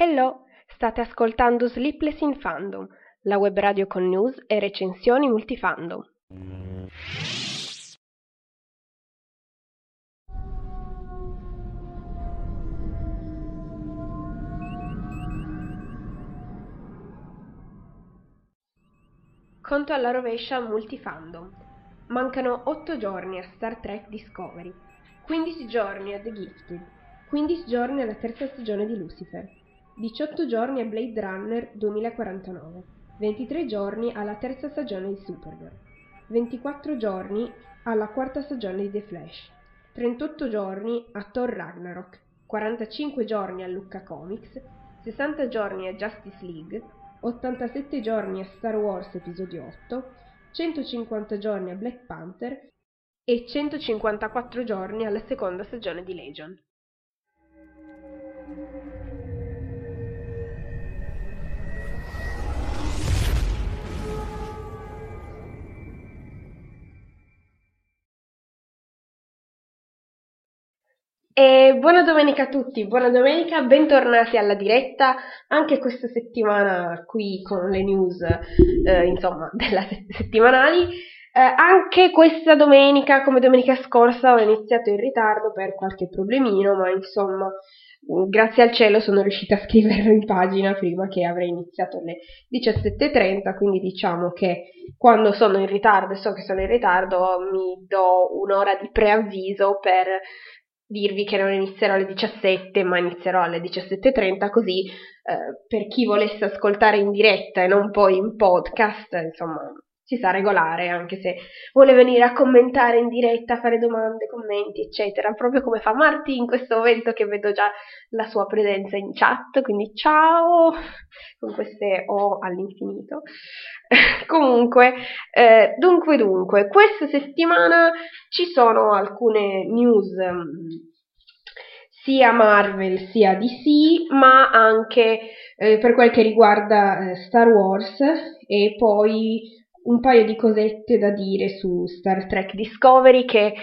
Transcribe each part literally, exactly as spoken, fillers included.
Hello, state ascoltando Sleepless in Fandom, la web radio con news e recensioni multifandom. Conto alla rovescia multifandom. Mancano otto giorni a Star Trek Discovery, quindici giorni a The Gifted, quindici giorni alla terza stagione di Lucifer, diciotto giorni a Blade Runner duemilaquarantanove, ventitré giorni alla terza stagione di Supergirl, ventiquattro giorni alla quarta stagione di The Flash, trentotto giorni a Thor Ragnarok, quarantacinque giorni a Lucca Comics, sessanta giorni a Justice League, ottantasette giorni a Star Wars Episodio otto, centocinquanta giorni a Black Panther e centocinquantaquattro giorni alla seconda stagione di Legion. E buona domenica a tutti, buona domenica, bentornati alla diretta, anche questa settimana qui con le news, eh, insomma, della se- settimanali. Eh, anche questa domenica, come domenica scorsa, ho iniziato in ritardo per qualche problemino, ma insomma, grazie al cielo sono riuscita a scriverlo in pagina prima che avrei iniziato alle diciassette e trenta, quindi diciamo che quando sono in ritardo e so che sono in ritardo mi do un'ora di preavviso per dirvi che non inizierò alle diciassette, ma inizierò alle diciassette e trenta, così eh, per chi volesse ascoltare in diretta e non poi in podcast, insomma, si sa regolare, anche se vuole venire a commentare in diretta, fare domande, commenti, eccetera, proprio come fa Marti in questo momento, che vedo già la sua presenza in chat, quindi ciao, con queste O all'infinito. Comunque, eh, dunque dunque, questa settimana ci sono alcune news um, sia Marvel sia D C, ma anche eh, per quel che riguarda eh, Star Wars, e poi un paio di cosette da dire su Star Trek Discovery, che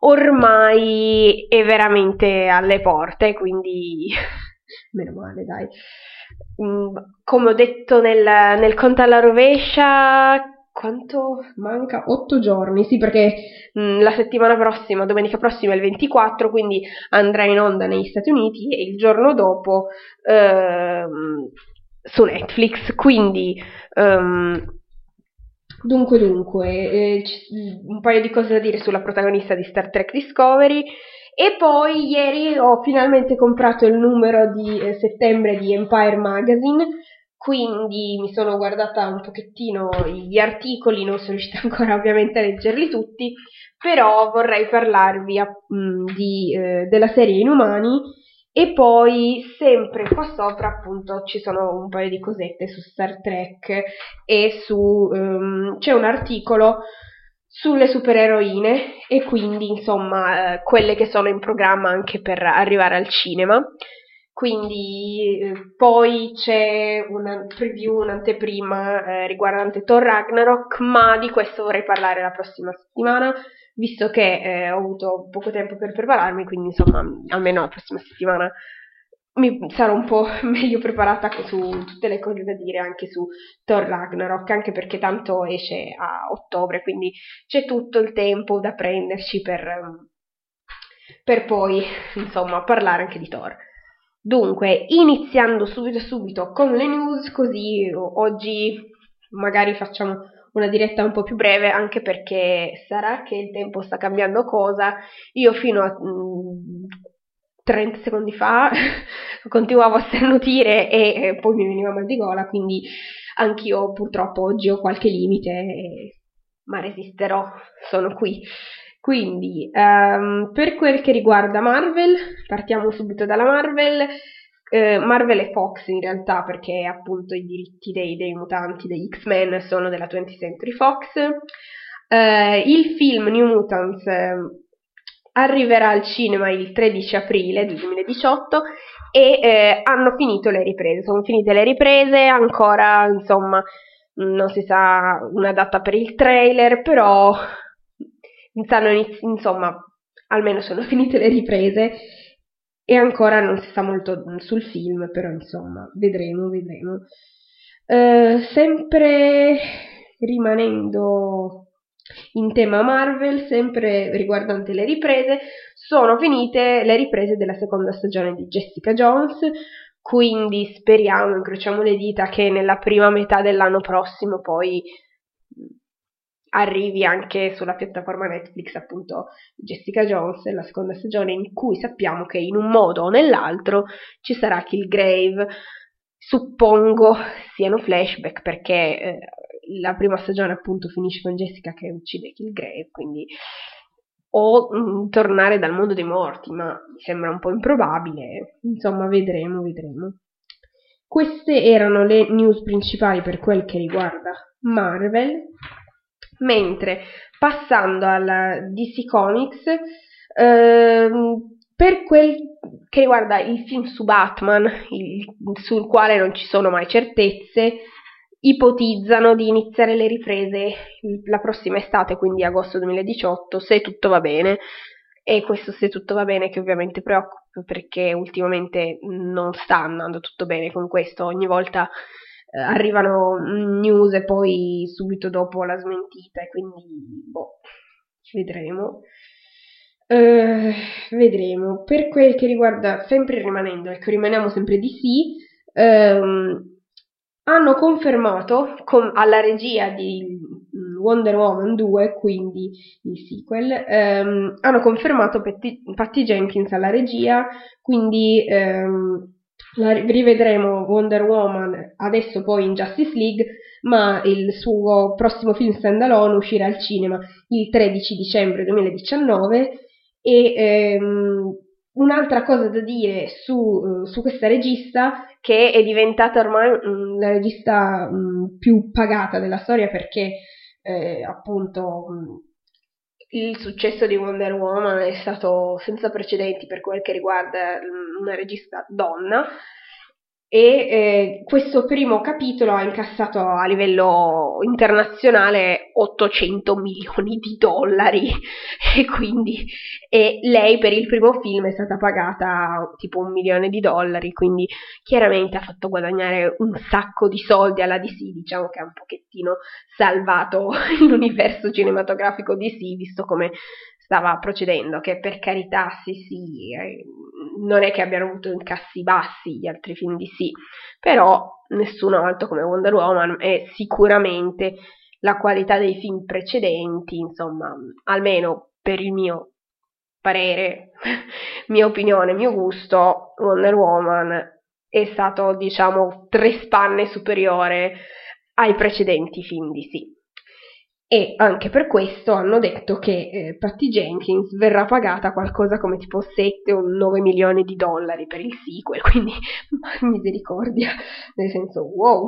ormai è veramente alle porte, quindi meno male, dai. Mm, come ho detto nel, nel conto alla rovescia, quanto manca? Otto giorni, sì, perché mh, la settimana prossima, domenica prossima è il ventiquattro, quindi andrà in onda negli Stati Uniti e il giorno dopo ehm, su Netflix, quindi ehm, dunque dunque eh, c- un paio di cose da dire sulla protagonista di Star Trek Discovery. E poi ieri ho finalmente comprato il numero di eh, settembre di Empire Magazine, quindi mi sono guardata un pochettino gli articoli, non sono riuscita ancora ovviamente a leggerli tutti, però vorrei parlarvi a, mh, di, eh, della serie Inumani, e poi sempre qua sopra appunto ci sono un paio di cosette su Star Trek e su um, c'è un articolo sulle supereroine, e quindi insomma eh, quelle che sono in programma anche per arrivare al cinema. Quindi eh, poi c'è una preview, un'anteprima eh, riguardante Thor Ragnarok, ma di questo vorrei parlare la prossima settimana, visto che eh, ho avuto poco tempo per prepararmi, quindi insomma almeno la prossima settimana mi sarò un po' meglio preparata su tutte le cose da dire anche su Thor Ragnarok, anche perché tanto esce a ottobre, quindi c'è tutto il tempo da prenderci per, per poi insomma parlare anche di Thor. Dunque, iniziando subito subito con le news, così oggi magari facciamo una diretta un po' più breve, anche perché sarà che il tempo sta cambiando cosa. Io fino a mh, trenta secondi fa continuavo a sternutire e, e poi mi veniva mal di gola, quindi anch'io purtroppo oggi ho qualche limite, e, ma resisterò, sono qui. Quindi, um, per quel che riguarda Marvel, partiamo subito dalla Marvel. Eh, Marvel e Fox in realtà, perché appunto i diritti dei, dei mutanti, degli X-Men, sono della twentieth Century Fox. Eh, il film New Mutants eh, arriverà al cinema il tredici aprile del duemiladiciotto e eh, hanno finito le riprese, sono finite le riprese, ancora insomma non si sa una data per il trailer, però iniz- insomma almeno sono finite le riprese, e ancora non si sa molto sul film, però insomma, vedremo, vedremo. Uh, sempre rimanendo in tema Marvel, sempre riguardante le riprese, sono finite le riprese della seconda stagione di Jessica Jones, quindi speriamo, incrociamo le dita, che nella prima metà dell'anno prossimo poi arrivi anche sulla piattaforma Netflix appunto Jessica Jones, la seconda stagione, in cui sappiamo che in un modo o nell'altro ci sarà Killgrave. Suppongo siano flashback, perché eh, la prima stagione appunto finisce con Jessica che uccide Killgrave, quindi o mh, tornare dal mondo dei morti, ma mi sembra un po' improbabile. Insomma, vedremo, vedremo. Queste erano le news principali per quel che riguarda Marvel. Mentre passando alla D C Comics, ehm, per quel che riguarda il film su Batman, il, sul quale non ci sono mai certezze, ipotizzano di iniziare le riprese la prossima estate, quindi agosto duemiladiciotto, se tutto va bene. E questo se tutto va bene che ovviamente preoccupa, perché ultimamente non sta andando tutto bene con questo, ogni volta eh, arrivano news e poi subito dopo la smentita, e quindi boh, vedremo. Uh, vedremo. Per quel che riguarda, sempre rimanendo, ecco, rimaniamo sempre D C, ehm, hanno confermato con, alla regia di Wonder Woman due, quindi il sequel, ehm, hanno confermato Patty, Patty Jenkins alla regia, quindi ehm, la, rivedremo Wonder Woman adesso poi in Justice League, ma il suo prossimo film standalone uscirà al cinema il tredici dicembre duemiladiciannove. E ehm, un'altra cosa da dire su, su questa regista, che è diventata ormai mh, la regista mh, più pagata della storia, perché eh, appunto mh, il successo di Wonder Woman è stato senza precedenti per quel che riguarda mh, una regista donna, e eh, questo primo capitolo ha incassato a livello internazionale ottocento milioni di dollari, e quindi e lei per il primo film è stata pagata tipo un milione di dollari, quindi chiaramente ha fatto guadagnare un sacco di soldi alla D C. Diciamo che ha un pochettino salvato l'universo cinematografico D C, visto come stava procedendo, che per carità sì sì, eh, non è che abbiano avuto incassi bassi gli altri film D C, però nessuno alto come Wonder Woman, e sicuramente la qualità dei film precedenti, insomma, almeno per il mio parere, mia opinione, mio gusto, Wonder Woman è stato, diciamo, tre spanne superiore ai precedenti film D C. E anche per questo hanno detto che eh, Patty Jenkins verrà pagata qualcosa come tipo sette o nove milioni di dollari per il sequel, quindi misericordia, nel senso wow.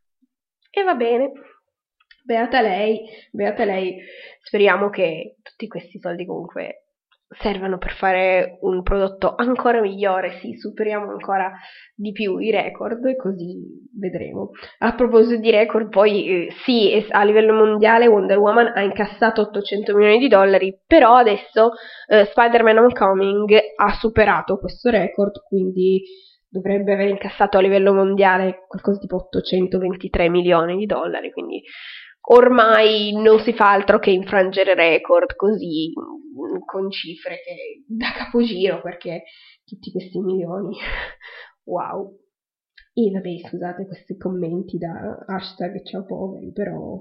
E va bene, beata lei, beata lei, speriamo che tutti questi soldi comunque servano per fare un prodotto ancora migliore, sì, superiamo ancora di più i record, e così vedremo. A proposito di record, poi eh, sì, a livello mondiale Wonder Woman ha incassato ottocento milioni di dollari, però adesso eh, Spider-Man Homecoming ha superato questo record, quindi dovrebbe aver incassato a livello mondiale qualcosa tipo ottocentoventitré milioni di dollari, quindi ormai non si fa altro che infrangere record così, con cifre che da capogiro, perché tutti questi milioni, wow. E vabbè, scusate questi commenti da hashtag ciao poveri, però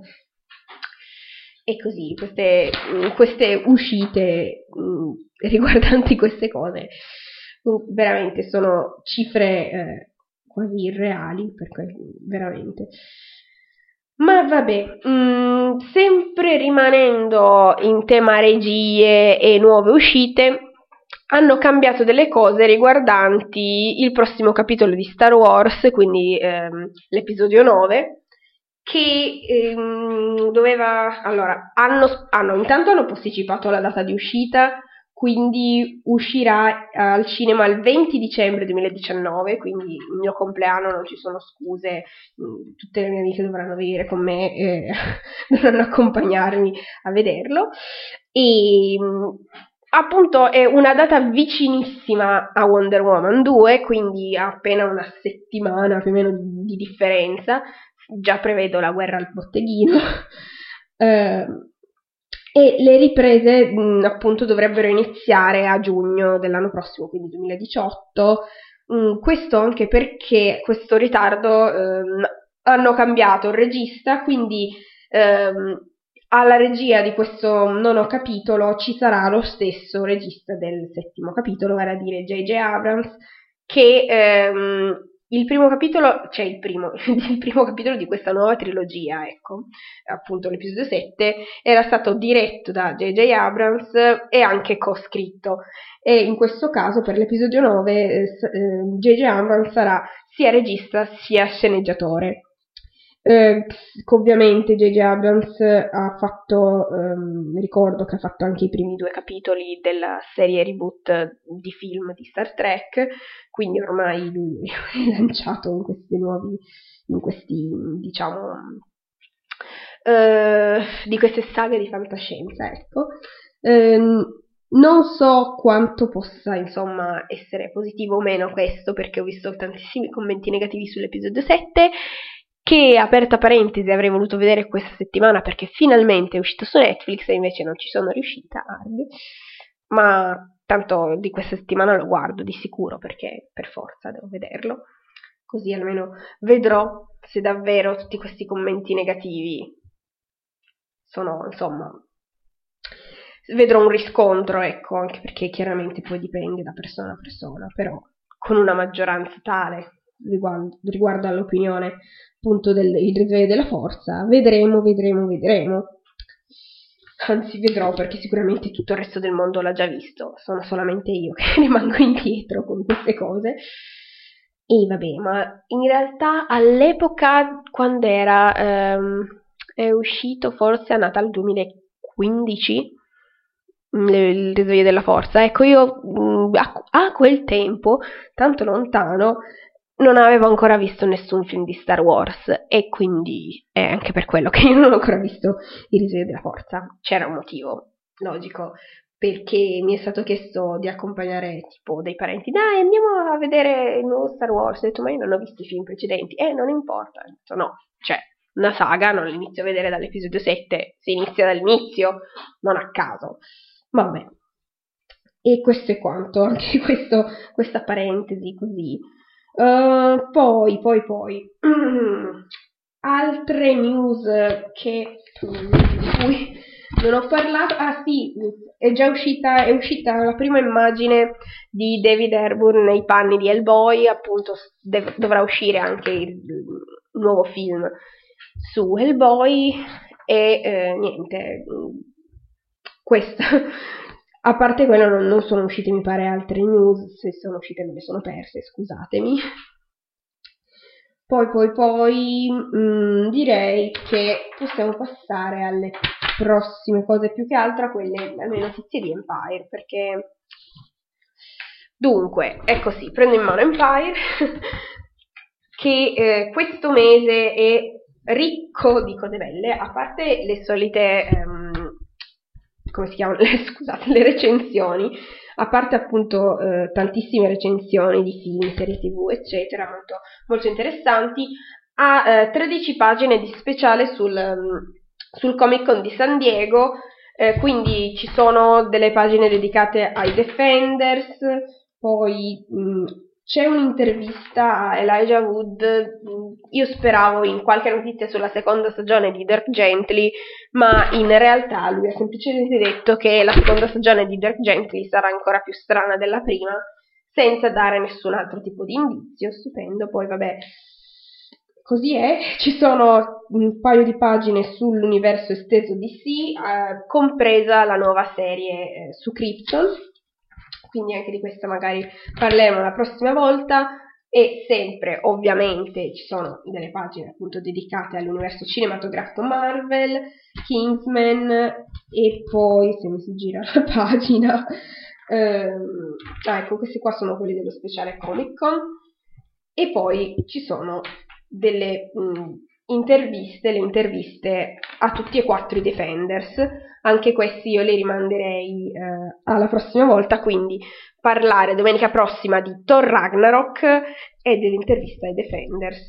è così, queste, queste uscite mh, riguardanti queste cose veramente sono cifre eh, quasi irreali, perché veramente. Ma vabbè, mh, sempre rimanendo in tema regie e nuove uscite, hanno cambiato delle cose riguardanti il prossimo capitolo di Star Wars, quindi ehm, l'episodio nove, che ehm, doveva, allora, hanno, hanno, intanto hanno posticipato la data di uscita, quindi uscirà al cinema il venti dicembre duemiladiciannove, quindi il mio compleanno, non ci sono scuse, tutte le mie amiche dovranno venire con me e dovranno accompagnarmi a vederlo. E appunto è una data vicinissima a Wonder Woman due, quindi ha appena una settimana più o meno di differenza, già prevedo la guerra al botteghino. eh, e le riprese mh, appunto dovrebbero iniziare a giugno dell'anno prossimo, quindi duemiladiciotto. Mh, questo anche perché questo ritardo ehm, hanno cambiato il regista, quindi ehm, alla regia di questo nono capitolo ci sarà lo stesso regista del settimo capitolo, vale a dire J J Abrams, che ehm, il primo capitolo, cioè il primo, il primo capitolo di questa nuova trilogia, ecco, appunto l'episodio sette, era stato diretto da J J Abrams e anche co-scritto. E in questo caso per l'episodio nove J J Abrams sarà sia regista sia sceneggiatore. Eh, ovviamente J J Abrams ha fatto, ehm, ricordo che ha fatto anche i primi due capitoli della serie reboot di film di Star Trek, quindi ormai lui è lanciato in questi nuovi, in questi, diciamo, eh, di queste saghe di fantascienza, ecco. Eh, non so quanto possa, insomma, essere positivo o meno questo, perché ho visto tantissimi commenti negativi sull'episodio sette, che, aperta parentesi, avrei voluto vedere questa settimana perché finalmente è uscito su Netflix e invece non ci sono riuscita, ma tanto di questa settimana lo guardo di sicuro perché per forza devo vederlo, così almeno vedrò se davvero tutti questi commenti negativi sono, insomma, vedrò un riscontro, ecco, anche perché chiaramente poi dipende da persona a persona, però con una maggioranza tale riguardo, riguardo all'opinione appunto del il risveglio della forza, vedremo, vedremo, vedremo. Anzi, vedrò perché sicuramente tutto il resto del mondo l'ha già visto, sono solamente io che rimango indietro con queste cose. E vabbè, ma in realtà all'epoca, quando era ehm, è uscito forse a Natale duemilaquindici, il risveglio della forza, ecco, io a, a quel tempo, tanto lontano, non avevo ancora visto nessun film di Star Wars e quindi è anche per quello che io non ho ancora visto il risveglio della forza. C'era un motivo logico, perché mi è stato chiesto di accompagnare tipo dei parenti, dai andiamo a vedere il nuovo Star Wars, ho detto ma io non ho visto i film precedenti, eh non importa, ho detto no, cioè una saga non l'inizio a vedere dall'episodio sette, si inizia dall'inizio, non a caso. Vabbè, e questo è quanto, anche questo, questa parentesi così. Uh, poi, poi, poi, altre news che, di cui non ho parlato, ah sì, è già uscita, è uscita la prima immagine di David Harbour nei panni di Hellboy, appunto dev- dovrà uscire anche il, il nuovo film su Hellboy e eh, niente, questa. A parte quello non, non sono uscite mi pare altre news, se sono uscite me le sono perse, scusatemi. Poi poi poi mh, direi che possiamo passare alle prossime cose, più che altro a quelle, alle notizie di Empire, perché dunque, è così, prendo in mano Empire che eh, questo mese è ricco di cose belle, a parte le solite ehm, come si chiamano? Scusate, le recensioni, a parte appunto eh, tantissime recensioni di film, serie tv, eccetera, molto, molto interessanti, ha eh, tredici pagine di speciale sul, um, sul Comic Con di San Diego, eh, quindi ci sono delle pagine dedicate ai Defenders, poi mh, c'è un'intervista a Elijah Wood, io speravo in qualche notizia sulla seconda stagione di Dirk Gently, ma in realtà lui ha semplicemente detto che la seconda stagione di Dirk Gently sarà ancora più strana della prima, senza dare nessun altro tipo di indizio. Stupendo. Poi vabbè, così è, ci sono un paio di pagine sull'universo esteso D C, eh, compresa la nuova serie eh, su Krypton, quindi anche di questa magari parleremo la prossima volta. E sempre ovviamente ci sono delle pagine appunto dedicate all'universo cinematografico Marvel, Kingsman, e poi se mi si gira la pagina ehm, ah, ecco, questi qua sono quelli dello speciale Comic Con, e poi ci sono delle mh, interviste, le interviste a tutti e quattro i Defenders, anche questi io li rimanderei eh, alla prossima volta, quindi parlare domenica prossima di Thor Ragnarok e dell'intervista ai Defenders,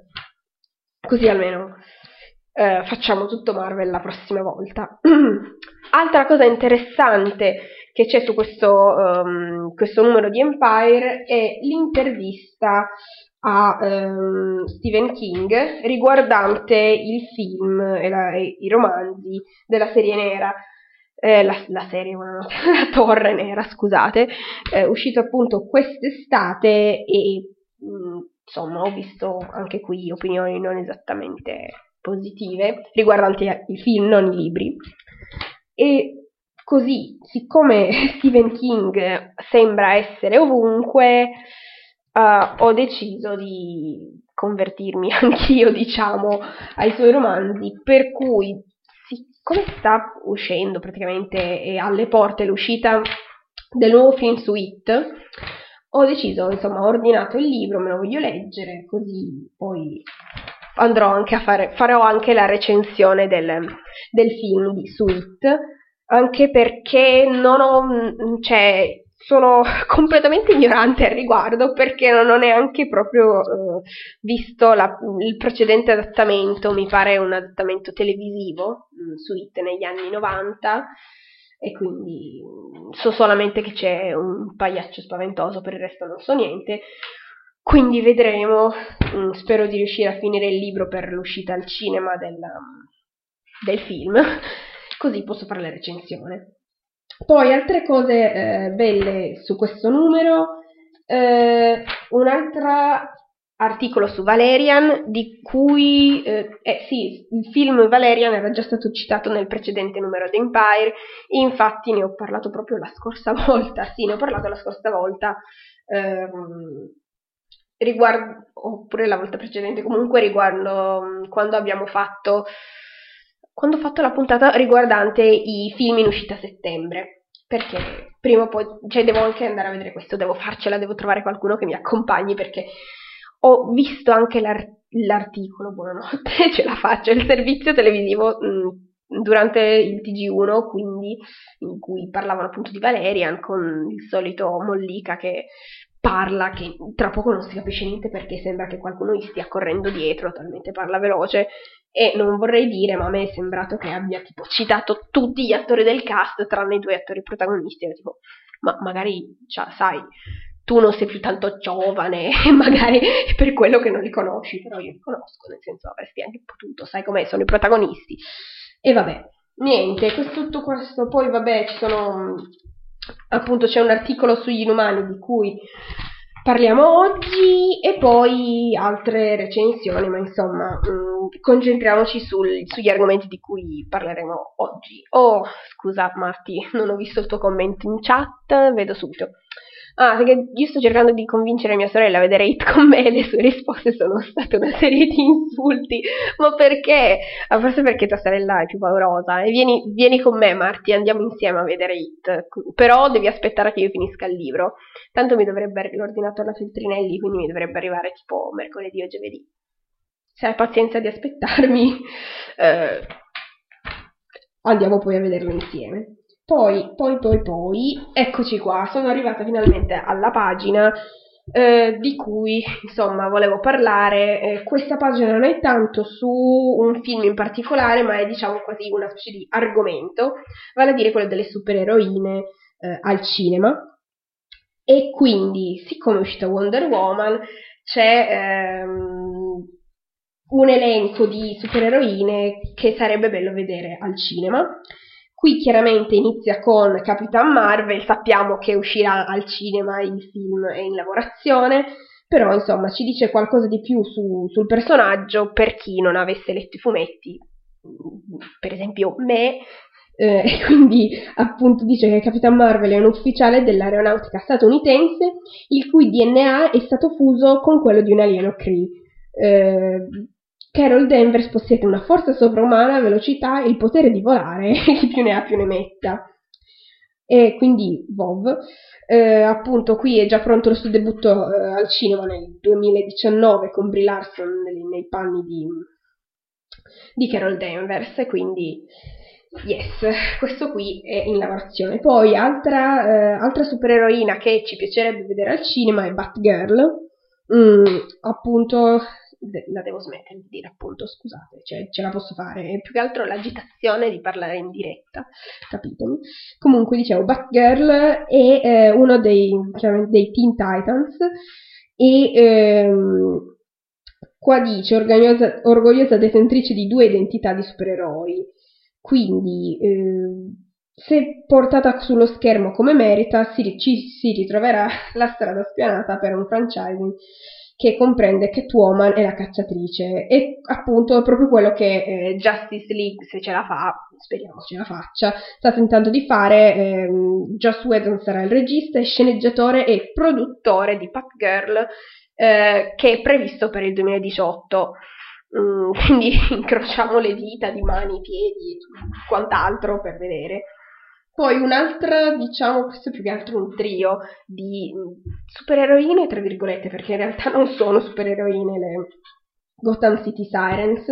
così almeno eh, facciamo tutto Marvel la prossima volta. Altra cosa interessante che c'è su questo, um, questo numero di Empire è l'intervista a um, Stephen King riguardante il film e, la, e i romanzi della serie nera, eh, la, la serie, la Torre Nera, scusate, è uscito appunto quest'estate e mh, insomma ho visto anche qui opinioni non esattamente positive riguardanti il film, non i libri. E così, siccome Stephen King sembra essere ovunque, uh, ho deciso di convertirmi anch'io, diciamo, ai suoi romanzi, per cui, siccome sta uscendo praticamente è alle porte l'uscita del nuovo film su It, ho deciso, insomma, ho ordinato il libro, me lo voglio leggere, così poi andrò anche a fare, farò anche la recensione del, del film di su It, anche perché non ho, cioè, sono completamente ignorante al riguardo, perché non ho neanche proprio uh, visto la, il precedente adattamento, mi pare un adattamento televisivo mh, su It negli anni novanta, e quindi so solamente che c'è un pagliaccio spaventoso, per il resto non so niente. Quindi vedremo, spero di riuscire a finire il libro per l'uscita al cinema del, del film, così posso fare la recensione. Poi altre cose eh, belle su questo numero, eh, un altro articolo su Valerian, di cui, eh, eh, sì, il film Valerian era già stato citato nel precedente numero di Empire, infatti ne ho parlato proprio la scorsa volta, sì, ne ho parlato la scorsa volta, ehm, riguardo, oppure la volta precedente, comunque riguardo quando abbiamo fatto quando ho fatto la puntata riguardante i film in uscita a settembre, perché prima o poi, cioè devo anche andare a vedere questo, devo farcela, devo trovare qualcuno che mi accompagni, perché ho visto anche l'ar- l'articolo, buonanotte, ce la faccio, il servizio televisivo mh, durante il T G uno, quindi in cui parlavano appunto di Valerian con il solito Mollica che parla, che tra poco non si capisce niente perché sembra che qualcuno gli stia correndo dietro, talmente parla veloce, e non vorrei dire, ma a me è sembrato che abbia tipo citato tutti gli attori del cast tranne i due attori protagonisti, e tipo, ma magari, cioè, sai, tu non sei più tanto giovane e magari è per quello che non li conosci, però io li conosco, nel senso avresti anche potuto, sai com'è, sono i protagonisti. E vabbè, niente, questo, tutto questo, poi vabbè, ci sono, appunto c'è un articolo sugli inumani di cui parliamo oggi e poi altre recensioni, ma insomma mh, concentriamoci sul, sugli argomenti di cui parleremo oggi. Oh, scusa Marti, non ho visto il tuo commento in chat, vedo subito. Ah, perché io sto cercando di convincere mia sorella a vedere It con me e le sue risposte sono state una serie di insulti. Ma perché? Ah, forse perché tua sorella è più paurosa. E vieni, vieni con me, Marti, andiamo insieme a vedere It. Però devi aspettare che io finisca il libro. Tanto mi dovrebbe, l'ho ordinato alla Feltrinelli, quindi mi dovrebbe arrivare tipo mercoledì o giovedì. Se hai pazienza di aspettarmi, eh, andiamo poi a vederlo insieme. Poi, poi, poi, poi, eccoci qua, sono arrivata finalmente alla pagina eh, di cui, insomma, volevo parlare. Eh, questa pagina non è tanto su un film in particolare, ma è, diciamo, quasi una specie di argomento, vale a dire quello delle supereroine eh, al cinema. E quindi, siccome è uscita Wonder Woman, c'è ehm, un elenco di supereroine che sarebbe bello vedere al cinema. Qui chiaramente inizia con Capitan Marvel, sappiamo che uscirà al cinema, il film è in lavorazione, però insomma ci dice qualcosa di più su, sul personaggio per chi non avesse letto i fumetti, per esempio me, eh, e quindi appunto dice che Capitan Marvel è un ufficiale dell'aeronautica statunitense il cui D N A è stato fuso con quello di un alieno Kree. Eh, Carol Danvers possiede una forza sovrumana, velocità e il potere di volare, chi più ne ha più ne metta. E quindi Vov, eh, appunto qui è già pronto il suo debutto eh, al cinema nel duemiladiciannove con Brie Larson nei, nei panni di, di Carol Danvers, e quindi Yes, questo qui è in lavorazione. Poi altra, eh, altra supereroina che ci piacerebbe vedere al cinema è Batgirl. Mm, appunto, de- la devo smettere di dire appunto, scusate, cioè, ce la posso fare. È più che altro l'agitazione di parlare in diretta, capitemi. Comunque, dicevo, Batgirl è eh, uno dei, chiaramente, dei Teen Titans e ehm, qua dice orgogliosa, orgogliosa detentrice di due identità di supereroi. Quindi, eh, se portata sullo schermo come merita, si, ci si ritroverà la strada spianata per un franchising che comprende Catwoman e la cacciatrice. E appunto è proprio quello che eh, Justice League, se ce la fa, speriamo ce la faccia, sta tentando di fare. ehm, Joss Whedon sarà il regista, sceneggiatore e produttore di Batgirl, eh, che è previsto per il duemiladiciotto. Mm, quindi incrociamo le dita di mani, piedi e quant'altro per vedere. Poi un'altra, diciamo, questo è più che altro un trio di supereroine, tra virgolette, perché in realtà non sono supereroine le Gotham City Sirens,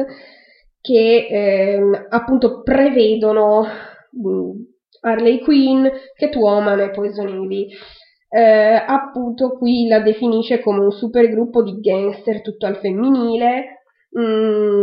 che ehm, appunto prevedono mh, Harley Quinn, Catwoman e Poison Ivy. Eh, appunto qui la definisce come un supergruppo di gangster tutto al femminile. Mm,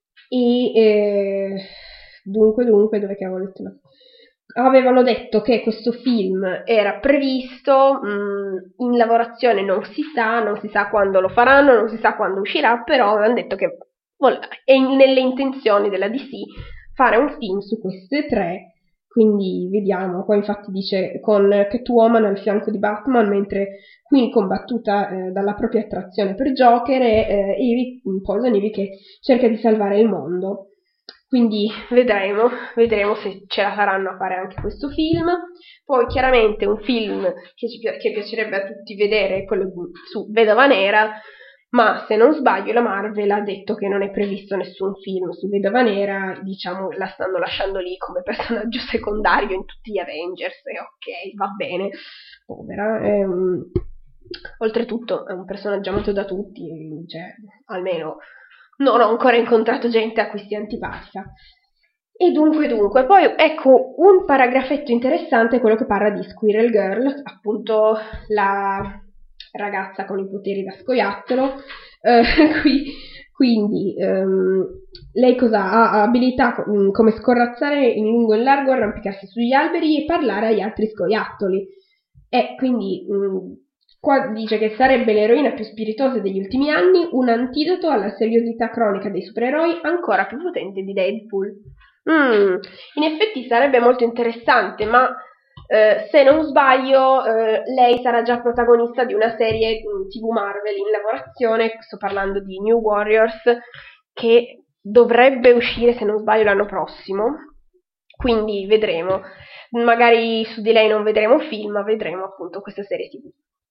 e eh, dunque, dunque, dove che avevo letto? Avevano detto che questo film era previsto, mh, in lavorazione non si sa, non si sa quando lo faranno, non si sa quando uscirà, però avevano detto che è nelle intenzioni della D C fare un film su queste tre. Quindi vediamo, qua infatti dice con Catwoman al fianco di Batman, mentre Queen combattuta eh, dalla propria attrazione per Joker e eh, Ivy, Poison Ivy che cerca di salvare il mondo. Quindi vedremo, vedremo se ce la faranno a fare anche questo film. Poi chiaramente un film che, ci, che piacerebbe a tutti vedere è quello su Vedova Nera, ma se non sbaglio la Marvel ha detto che non è previsto nessun film su Vedova Nera, diciamo la stanno lasciando lì come personaggio secondario in tutti gli Avengers, e ok, va bene, povera. Ehm, oltretutto è un personaggio amato da tutti, cioè almeno non ho ancora incontrato gente a cui sia antipatica. E dunque, dunque, poi ecco un paragrafetto interessante, quello che parla di Squirrel Girl, appunto la ragazza con i poteri da scoiattolo. Eh, qui, quindi ehm, lei cosa ha? Ha abilità mh, come scorrazzare in lungo e in largo, arrampicarsi sugli alberi e parlare agli altri scoiattoli. E quindi mh, qua dice che sarebbe l'eroina più spiritosa degli ultimi anni, un antidoto alla seriosità cronica dei supereroi ancora più potente di Deadpool. Mm, in effetti sarebbe molto interessante, ma eh, se non sbaglio eh, lei sarà già protagonista di una serie tivù Marvel in lavorazione, sto parlando di New Warriors, che dovrebbe uscire, se non sbaglio, l'anno prossimo, quindi vedremo. Magari su di lei non vedremo film, ma vedremo appunto questa serie tivù.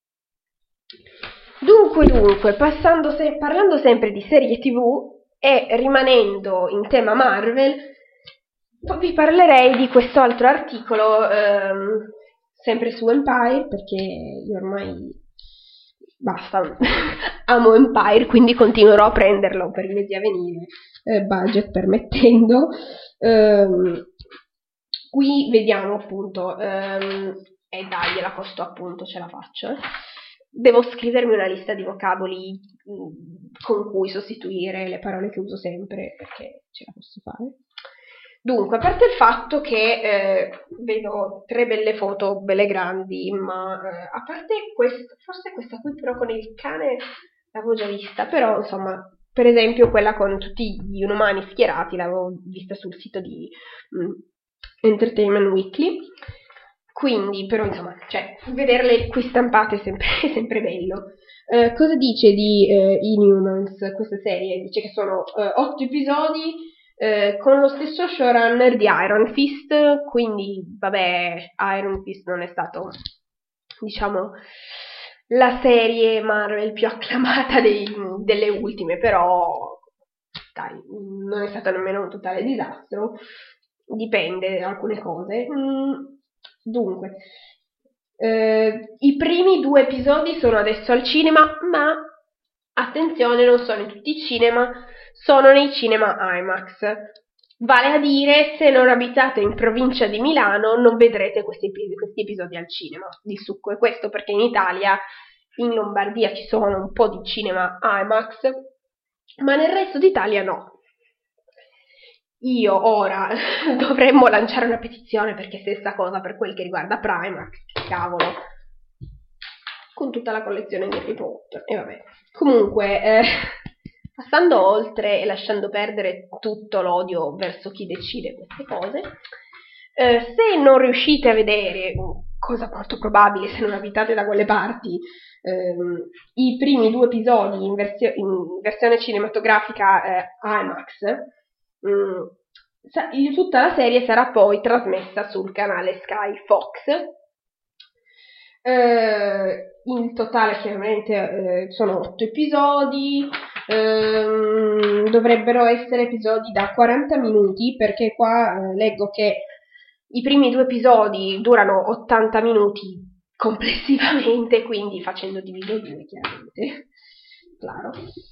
Dunque, dunque, passando se- parlando sempre di serie tivù e rimanendo in tema Marvel, vi parlerei di questo altro articolo, ehm, sempre su Empire, perché io ormai basta, amo Empire, quindi continuerò a prenderlo per i mesi a venire, eh, budget permettendo. Ehm, qui vediamo appunto, ehm, e dai, gliela costo appunto, ce la faccio. Eh. Devo scrivermi una lista di vocaboli mh, con cui sostituire le parole che uso sempre, perché ce la posso fare. Dunque, a parte il fatto che eh, vedo tre belle foto, belle grandi, ma eh, a parte questo, forse questa qui però con il cane l'avevo già vista, però insomma, per esempio quella con tutti gli inumani schierati l'avevo vista sul sito di mh, Entertainment Weekly, quindi però insomma, cioè, vederle qui stampate è sempre, è sempre bello. Eh, cosa dice di eh, Inhumans questa serie? Dice che sono eh, otto episodi eh, con lo stesso showrunner di Iron Fist, quindi vabbè, Iron Fist non è stato, diciamo, la serie Marvel più acclamata dei, delle ultime, però dai, non è stato nemmeno un totale disastro, dipende da alcune cose. Mm, dunque, eh, i primi due episodi sono adesso al cinema, ma attenzione, non sono in tutti i cinema, sono nei cinema IMAX. Vale a dire, se non abitate in provincia di Milano, non vedrete questi, questi episodi al cinema. Il succo è questo, perché in Italia, in Lombardia, ci sono un po' di cinema IMAX, ma nel resto d'Italia no. Io ora dovremmo lanciare una petizione, perché stessa cosa per quel che riguarda Primark, cavolo, con tutta la collezione di Harry Potter. E vabbè. Comunque, eh, passando oltre e lasciando perdere tutto l'odio verso chi decide queste cose, eh, se non riuscite a vedere, cosa molto probabile se non abitate da quelle parti, ehm, i primi due episodi in, versio- in versione cinematografica eh, IMAX, mh, tutta la serie sarà poi trasmessa sul canale Sky Fox. Uh, in totale chiaramente uh, sono otto episodi, uh, dovrebbero essere episodi da quaranta minuti, perché qua uh, leggo che i primi due episodi durano ottanta minuti complessivamente, quindi facendo diviso due chiaramente, claro.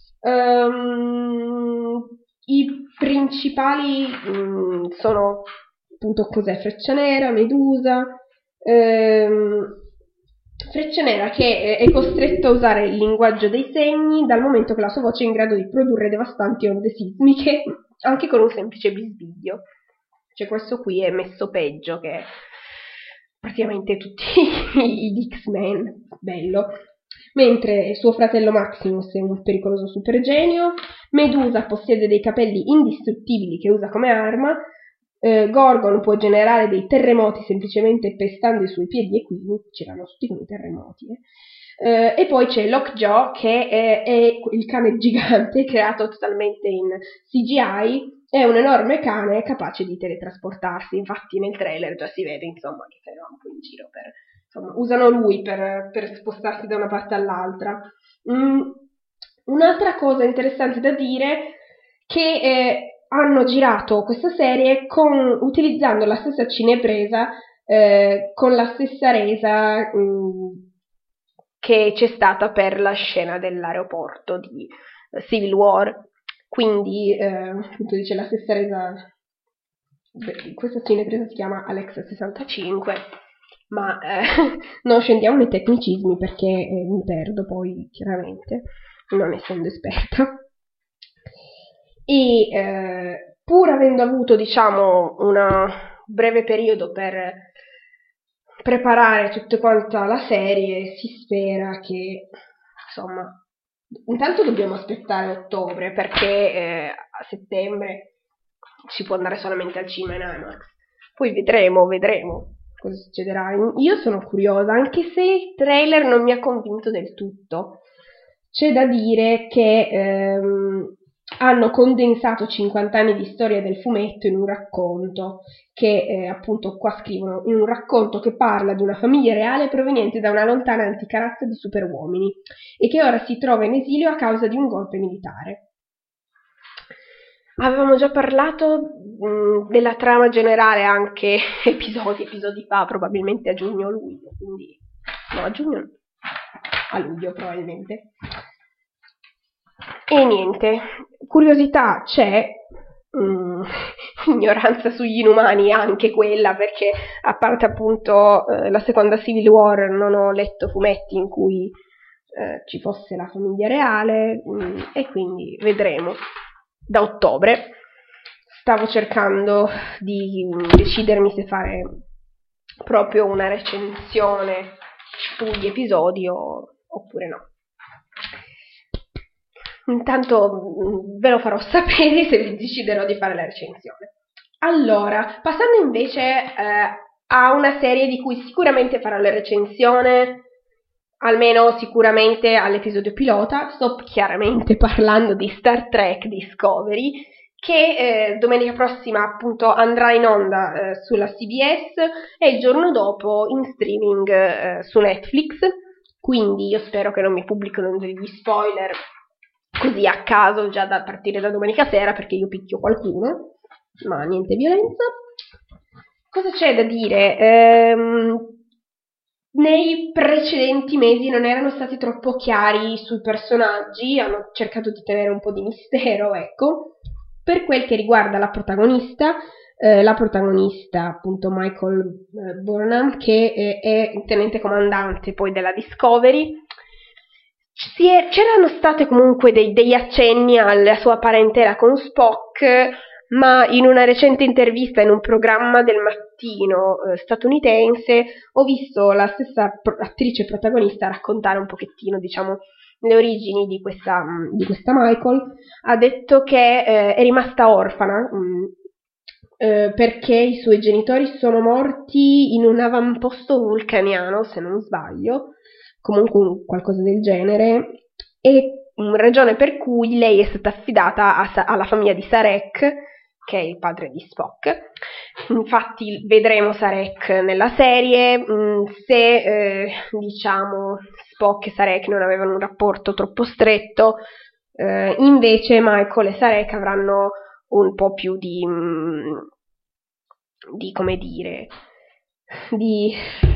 Um, i principali um, sono appunto cos'è? Freccia Nera, Medusa, um, Freccia Nera che è costretto a usare il linguaggio dei segni dal momento che la sua voce è in grado di produrre devastanti onde sismiche anche con un semplice bisbiglio. Cioè questo qui è messo peggio che praticamente tutti gli X-Men, bello. Mentre suo fratello Maximus è un pericoloso supergenio, Medusa possiede dei capelli indistruttibili che usa come arma, Uh, Gorgon può generare dei terremoti semplicemente pestando i suoi piedi equini, c'erano tutti come terremoti, eh. uh, e poi c'è Lockjaw che è, è il cane gigante creato totalmente in C G I, è un enorme cane capace di teletrasportarsi, infatti nel trailer già si vede insomma che se ne va un po' in giro per, insomma, usano lui per, per spostarsi da una parte all'altra. Mm, un'altra cosa interessante da dire che eh, hanno girato questa serie con, utilizzando la stessa cinepresa, eh, con la stessa resa mh, che c'è stata per la scena dell'aeroporto di Civil War. Quindi, eh, appunto dice la stessa resa, questa cinepresa si chiama Alexa sessantacinque, ma eh, non scendiamo nei tecnicismi perché eh, mi perdo poi, chiaramente, non essendo esperta. E eh, pur avendo avuto, diciamo, un breve periodo per preparare tutta quanta la serie, si spera che, insomma, intanto dobbiamo aspettare ottobre, perché eh, a settembre si può andare solamente al cinema in IMAX. Poi vedremo, vedremo cosa succederà. Io sono curiosa, anche se il trailer non mi ha convinto del tutto. C'è da dire che ehm, hanno condensato cinquanta anni di storia del fumetto in un racconto che eh, appunto qua scrivono, in un racconto che parla di una famiglia reale proveniente da una lontana antica razza di superuomini e che ora si trova in esilio a causa di un golpe militare. Avevamo già parlato mh, della trama generale anche episodi, episodi fa, probabilmente a giugno o luglio, quindi no, a giugno a luglio probabilmente. E niente, curiosità c'è, mm, ignoranza sugli inumani anche quella, perché a parte appunto eh, la seconda Civil War non ho letto fumetti in cui eh, ci fosse la famiglia reale, mm, e quindi vedremo. Da ottobre stavo cercando di decidermi se fare proprio una recensione sugli episodi o, oppure no. Intanto ve lo farò sapere se deciderò di fare la recensione. Allora, passando invece eh, a una serie di cui sicuramente farò la recensione, almeno sicuramente all'episodio pilota, sto chiaramente parlando di Star Trek Discovery, che eh, domenica prossima appunto andrà in onda eh, sulla C B S e il giorno dopo in streaming eh, su Netflix, quindi io spero che non mi pubblicano degli spoiler così a caso già da partire da domenica sera, perché io picchio qualcuno, ma niente violenza. Cosa c'è da dire? Ehm, nei precedenti mesi non erano stati troppo chiari sui personaggi, hanno cercato di tenere un po' di mistero, ecco. Per quel che riguarda la protagonista, eh, la protagonista appunto Michael eh, Burnham, che eh, è il tenente comandante poi della Discovery, si è, c'erano state comunque dei, degli accenni alla sua parentela con Spock, ma in una recente intervista in un programma del mattino eh, statunitense ho visto la stessa pro- attrice protagonista raccontare un pochettino, diciamo, le origini di questa, di questa Michael. Ha detto che eh, è rimasta orfana mh, eh, perché i suoi genitori sono morti in un avamposto vulcaniano, se non sbaglio, comunque un, qualcosa del genere, e mh, ragione per cui lei è stata affidata a, alla famiglia di Sarek, che è il padre di Spock. Infatti vedremo Sarek nella serie. Mh, se eh, diciamo Spock e Sarek non avevano un rapporto troppo stretto, eh, invece Michael e Sarek avranno un po' più di, mh, di come dire, di,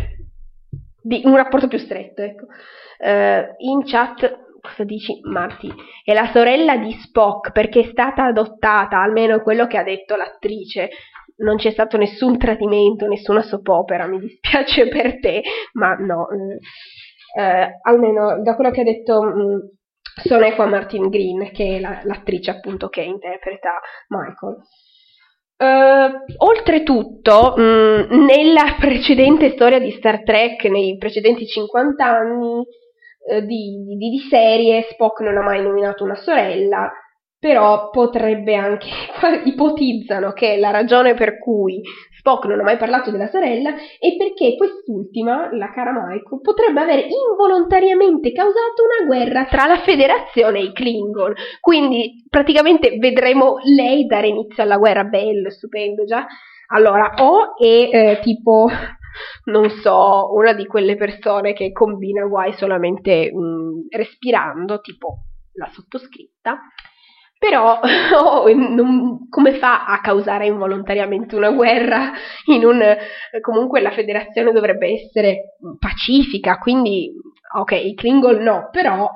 di un rapporto più stretto, ecco. Uh, in chat cosa dici, Marti? È la sorella di Spock perché è stata adottata, almeno quello che ha detto l'attrice. Non c'è stato nessun tradimento, nessuna soap opera, mi dispiace per te, ma no. Uh, almeno da quello che ha detto um, Sonequa Martin Green, che è la, l'attrice appunto che interpreta Michael. Uh, oltretutto, mh, nella precedente storia di Star Trek, nei precedenti cinquanta anni uh, di, di, di serie, Spock non ha mai nominato una sorella, però potrebbe anche, ipotizzano che la ragione per cui Spock non ha mai parlato della sorella è perché quest'ultima, la cara Michael, potrebbe aver involontariamente causato una guerra tra la Federazione e i Klingon. Quindi praticamente vedremo lei dare inizio alla guerra. Bello, stupendo già. Allora, o è eh, tipo, non so, una di quelle persone che combina guai solamente mh, respirando, tipo la sottoscritta, però oh, non, come fa a causare involontariamente una guerra in un, comunque la federazione dovrebbe essere pacifica, quindi ok, i Klingon no, però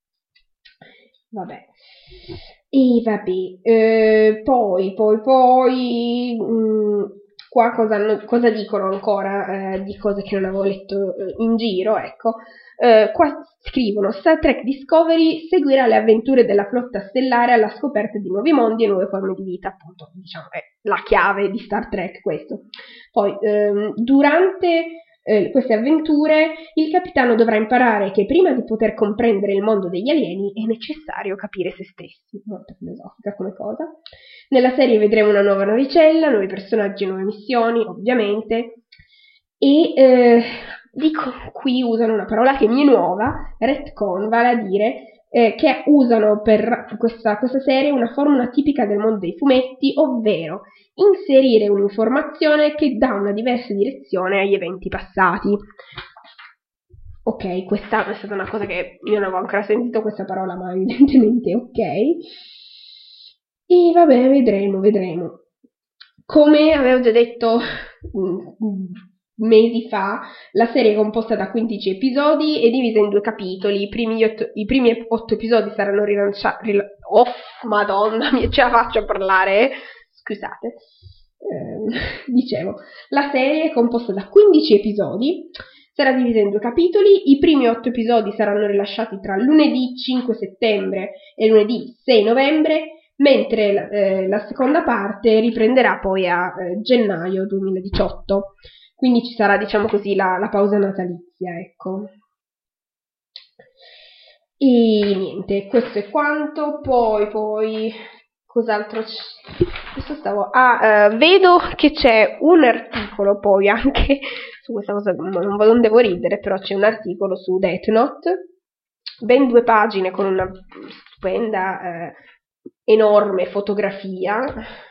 vabbè. E vabbè, eh, poi, poi, poi, mh, qua cosa, cosa dicono ancora eh, di cose che non avevo letto eh, in giro, ecco. Eh, qua scrivono: Star Trek Discovery seguirà le avventure della flotta stellare alla scoperta di nuovi mondi e nuove forme di vita, appunto, diciamo, è la chiave di Star Trek questo. Poi, ehm, durante eh, queste avventure il capitano dovrà imparare che prima di poter comprendere il mondo degli alieni è necessario capire se stessi. Molto filosofica come cosa. Nella serie vedremo una nuova navicella, nuovi personaggi e nuove missioni, ovviamente, e eh, dico, qui usano una parola che mi è nuova, retcon, vale a dire eh, che usano per questa, questa serie una formula tipica del mondo dei fumetti, ovvero inserire un'informazione che dà una diversa direzione agli eventi passati. Ok, questa è stata una cosa che io non avevo ancora sentito questa parola, ma evidentemente ok. E vabbè, vedremo, vedremo. Come avevo già detto mesi fa, la serie è composta da quindici episodi e divisa in due capitoli. I primi otto, i primi otto episodi saranno rilanciati. Rila- oh, madonna, ce la faccio a parlare. Scusate. Eh, dicevo, la serie è composta da quindici episodi, sarà divisa in due capitoli. I primi otto episodi saranno rilasciati tra lunedì cinque settembre e lunedì sei novembre, mentre eh, la seconda parte riprenderà poi a eh, gennaio duemiladiciotto. Quindi ci sarà, diciamo così, la, la pausa natalizia, ecco. E niente, questo è quanto. Poi, poi, cos'altro c'è? Questo stavo... Ah, uh, vedo che c'è un articolo poi anche su questa cosa, non, non devo ridere, però c'è un articolo su Death Note, ben due pagine con una stupenda, eh, enorme fotografia.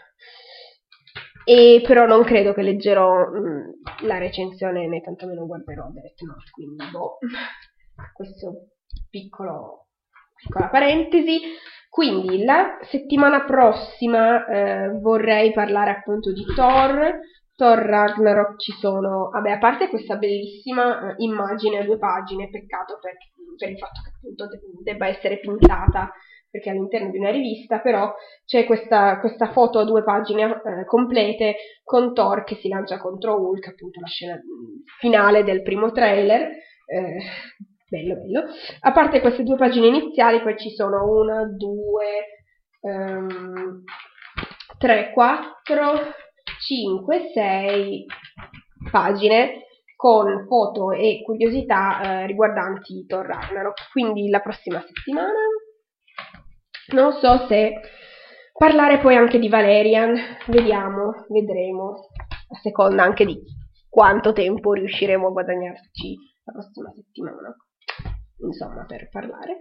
E però non credo che leggerò mh, la recensione né tantomeno guarderò Death Note, quindi boh, questo piccolo piccola parentesi. Quindi la settimana prossima eh, vorrei parlare appunto di Thor Thor Ragnarok. Ci sono, vabbè, a parte questa bellissima eh, immagine a due pagine, peccato per, per il fatto che appunto de- debba essere pintata perché all'interno di una rivista, però c'è questa, questa foto a due pagine eh, complete con Thor che si lancia contro Hulk, appunto la scena finale del primo trailer, eh, bello bello. A parte queste due pagine iniziali, poi ci sono una, due, um, tre, quattro, cinque, sei pagine con foto e curiosità eh, riguardanti Thor Ragnarok. Quindi la prossima settimana non so se parlare poi anche di Valerian, vediamo, vedremo, a seconda anche di quanto tempo riusciremo a guadagnarci la prossima settimana, insomma, per parlare.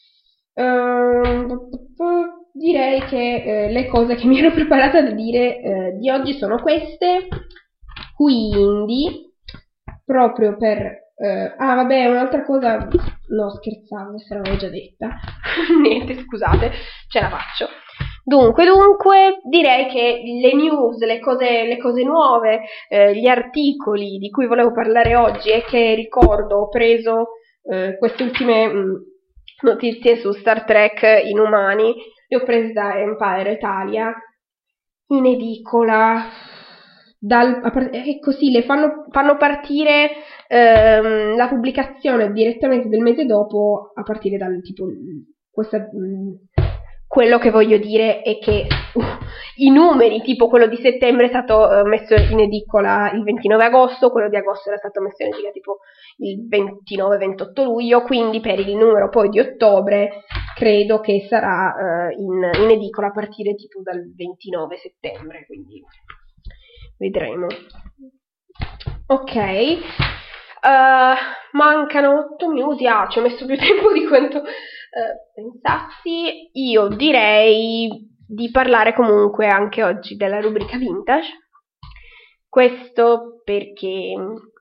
Uh, direi che eh, le cose che mi ero preparata da dire eh, di oggi sono queste, quindi proprio per Uh, ah vabbè, un'altra cosa, no scherzavo, questa l'avevo già detta, niente scusate, ce la faccio. Dunque, dunque, direi che le news, le cose, le cose nuove, eh, gli articoli di cui volevo parlare oggi e che ricordo ho preso eh, queste ultime mh, notizie su Star Trek Inumani, le ho prese da Empire Italia, in edicola. Dal, e così le fanno, fanno partire ehm, la pubblicazione direttamente del mese dopo, a partire dal tipo questa, mh, quello che voglio dire è che uh, i numeri, tipo quello di settembre è stato uh, messo in edicola il ventinove agosto, quello di agosto era stato messo in edicola tipo il ventinove ventotto luglio, quindi per il numero poi di ottobre credo che sarà uh, in, in edicola a partire tipo dal ventinove settembre, quindi vedremo. Ok, uh, mancano otto minuti, ah, ci ho messo più tempo di quanto uh, pensassi. Io direi di parlare comunque anche oggi della rubrica vintage, questo perché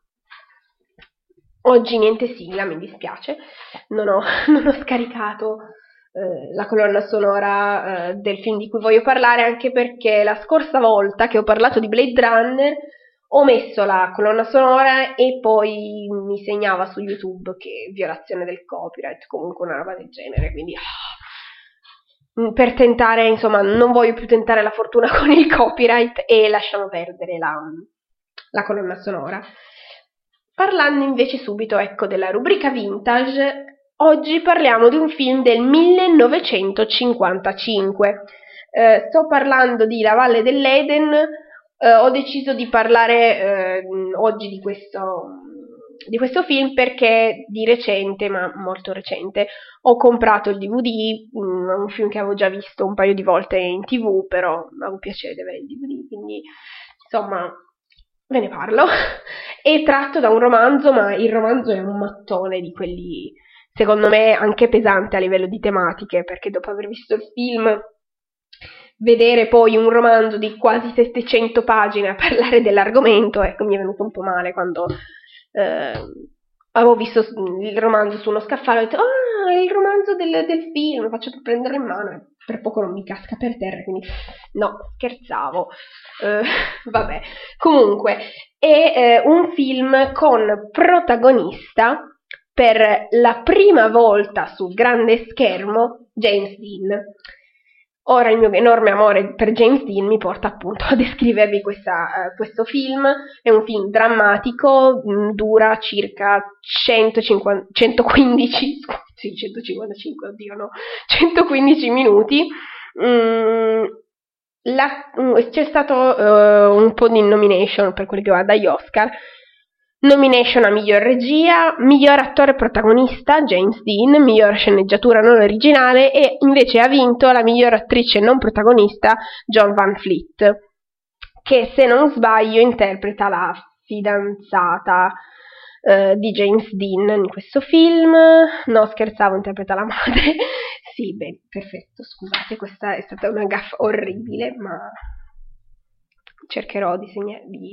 oggi niente sigla, mi dispiace, non ho, non ho scaricato eh, la colonna sonora eh, del film di cui voglio parlare, anche perché la scorsa volta che ho parlato di Blade Runner ho messo la colonna sonora e poi mi segnava su YouTube che violazione del copyright, comunque una roba del genere, quindi oh, per tentare, insomma, non voglio più tentare la fortuna con il copyright e lasciamo perdere la, la colonna sonora. Parlando invece subito, ecco, della rubrica vintage, oggi parliamo di un film del millenovecentocinquantacinque. Eh, sto parlando di La Valle dell'Eden. Eh, ho deciso di parlare eh, oggi di questo, di questo film perché di recente, ma molto recente, ho comprato il D V D, mh, un film che avevo già visto un paio di volte in TV, però avevo piacere di avere il D V D, quindi insomma ve ne parlo. È tratto da un romanzo, ma il romanzo è un mattone di quelli, secondo me, anche pesante a livello di tematiche, perché dopo aver visto il film, vedere poi un romanzo di quasi settecento pagine a parlare dell'argomento, ecco, mi è venuto un po' male quando eh, avevo visto il romanzo su uno scaffale, ho detto, ah, è il romanzo del, del film, faccio per prenderlo in mano, e per poco non mi casca per terra, quindi no, scherzavo, eh, vabbè, comunque, è eh, un film con protagonista, per la prima volta sul grande schermo, James Dean. Ora il mio enorme amore per James Dean mi porta appunto a descrivervi questa, uh, questo film. È un film drammatico, mh, dura circa centocinquanta, centoquindici, sì, centocinquantacinque, oddio no, centoquindici minuti. Mm, la, mm, c'è stato uh, un po' di nomination per quelli che riguarda gli Oscar. Nomination a miglior regia, miglior attore protagonista James Dean, miglior sceneggiatura non originale, e invece ha vinto la miglior attrice non protagonista Joan Van Fleet, che se non sbaglio interpreta la fidanzata eh, di James Dean in questo film. No, scherzavo, interpreta la madre. Sì, beh, perfetto, scusate, questa è stata una gaffa orribile, ma cercherò di segnare di...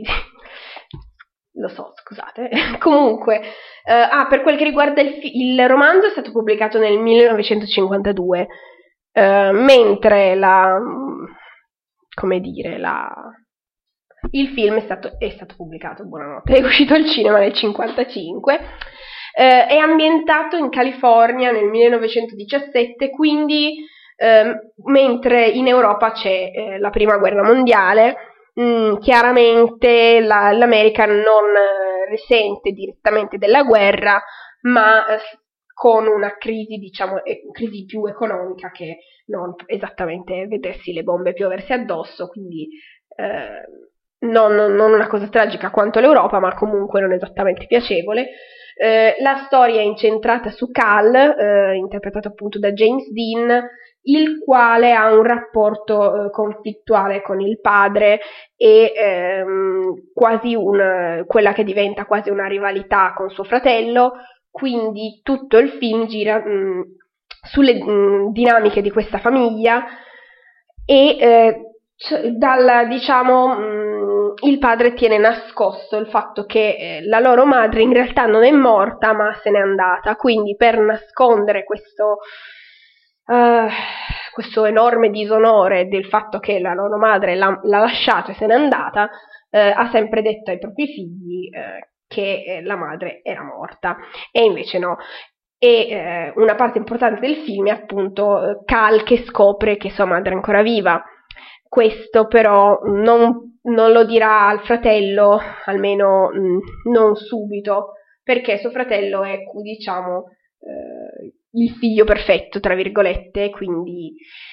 lo so, scusate. Comunque, eh, ah, per quel che riguarda il, fi- il romanzo è stato pubblicato nel millenovecentocinquantadue, eh, mentre la, come dire, la, il film è stato, è stato pubblicato, buonanotte, è uscito al cinema nel cinquantacinque, eh, è ambientato in California nel millenovecentodiciassette, quindi eh, mentre in Europa c'è eh, la prima guerra mondiale. Mm, chiaramente la, l'America non eh, risente direttamente della guerra, ma eh, con una crisi, diciamo, eh, crisi più economica che non esattamente vedersi le bombe pioversi addosso, quindi eh, non, non una cosa tragica quanto l'Europa, ma comunque non esattamente piacevole. Eh, la storia è incentrata su Cal, eh, interpretato appunto da James Dean, il quale ha un rapporto eh, conflittuale con il padre e ehm, quasi un, quella che diventa quasi una rivalità con suo fratello, quindi tutto il film gira mh, sulle mh, dinamiche di questa famiglia e eh, dal, diciamo, mh, il padre tiene nascosto il fatto che eh, la loro madre in realtà non è morta ma se n'è andata, quindi per nascondere questo Uh, questo enorme disonore del fatto che la loro madre l'ha, l'ha lasciato e se n'è andata, uh, ha sempre detto ai propri figli uh, che eh, la madre era morta, e invece no. E eh, una parte importante del film è appunto Cal che scopre che sua madre è ancora viva. Questo però non, non lo dirà al fratello, almeno mh, non subito, perché suo fratello è, diciamo, eh, il figlio perfetto, tra virgolette, quindi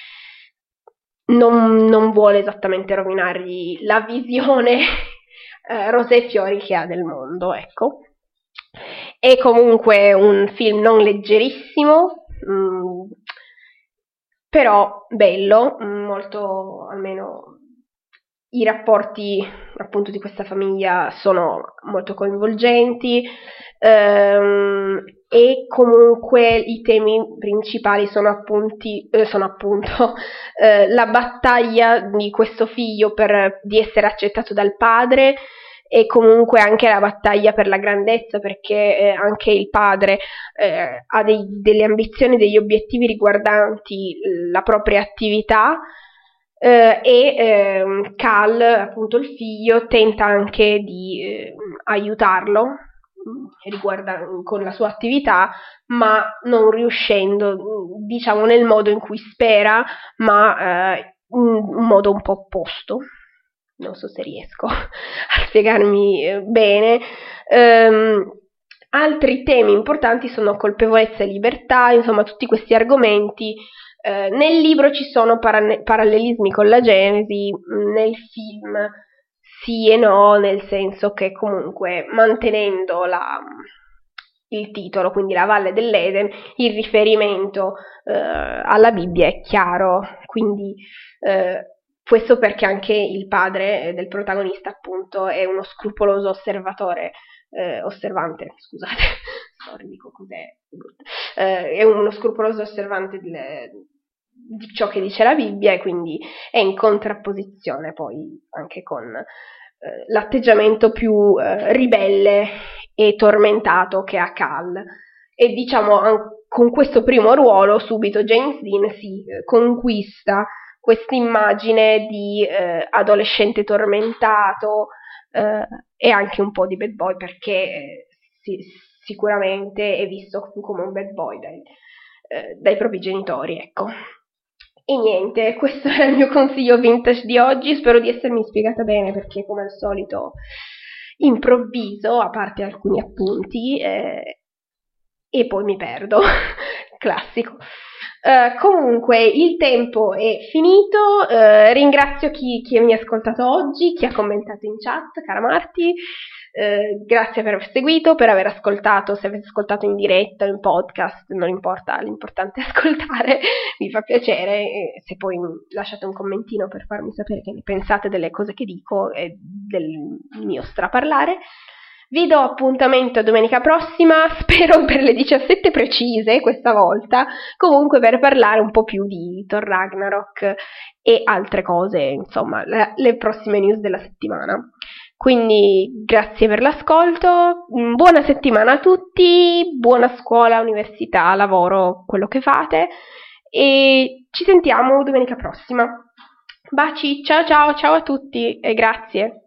non, non vuole esattamente rovinargli la visione eh, rose e fiori che ha del mondo, ecco. È comunque un film non leggerissimo, mh, però bello, molto, almeno i rapporti appunto di questa famiglia sono molto coinvolgenti, ehm, e comunque i temi principali sono, appunti, eh, sono appunto eh, la battaglia di questo figlio per, di essere accettato dal padre, e comunque anche la battaglia per la grandezza, perché eh, anche il padre eh, ha dei, delle ambizioni, degli obiettivi riguardanti la propria attività, eh, e eh, Cal, appunto il figlio, tenta anche di eh, aiutarlo riguarda, con la sua attività, ma non riuscendo, diciamo, nel modo in cui spera, ma eh, in un modo un po' opposto. Non so se riesco a spiegarmi bene. Um, altri temi importanti sono colpevolezza e libertà, insomma tutti questi argomenti. Uh, nel libro ci sono para- parallelismi con la Genesi, nel film sì e no, nel senso che comunque mantenendo la, il titolo, quindi la Valle dell'Eden, il riferimento uh, alla Bibbia è chiaro, quindi uh, questo perché anche il padre del protagonista appunto è uno scrupoloso osservatore, eh, osservante, scusate, sorry, dico cos'è, eh, è uno scrupoloso osservante del, di ciò che dice la Bibbia, e quindi è in contrapposizione poi anche con eh, l'atteggiamento più eh, ribelle e tormentato che ha Cal. E diciamo an- con questo primo ruolo subito James Dean si eh, conquista questa immagine di eh, adolescente tormentato eh, e anche un po' di bad boy, perché eh, si, sicuramente è visto più come un bad boy dai, eh, dai propri genitori, ecco. E niente, questo è il mio consiglio vintage di oggi, spero di essermi spiegata bene, perché come al solito improvviso, a parte alcuni appunti, eh, e poi mi perdo, classico. Uh, comunque il tempo è finito, uh, ringrazio chi, chi mi ha ascoltato oggi, chi ha commentato in chat, cara Marti, uh, grazie per aver seguito, per aver ascoltato, se avete ascoltato in diretta o in podcast, non importa, l'importante è ascoltare, mi fa piacere, e se poi lasciate un commentino per farmi sapere che ne pensate delle cose che dico e del mio straparlare. Vi do appuntamento a domenica prossima, spero per le diciassette precise questa volta, comunque per parlare un po' più di Thor Ragnarok e altre cose, insomma, le, le prossime news della settimana. Quindi grazie per l'ascolto, buona settimana a tutti, buona scuola, università, lavoro, quello che fate, e ci sentiamo domenica prossima. Baci, ciao ciao, ciao a tutti e grazie.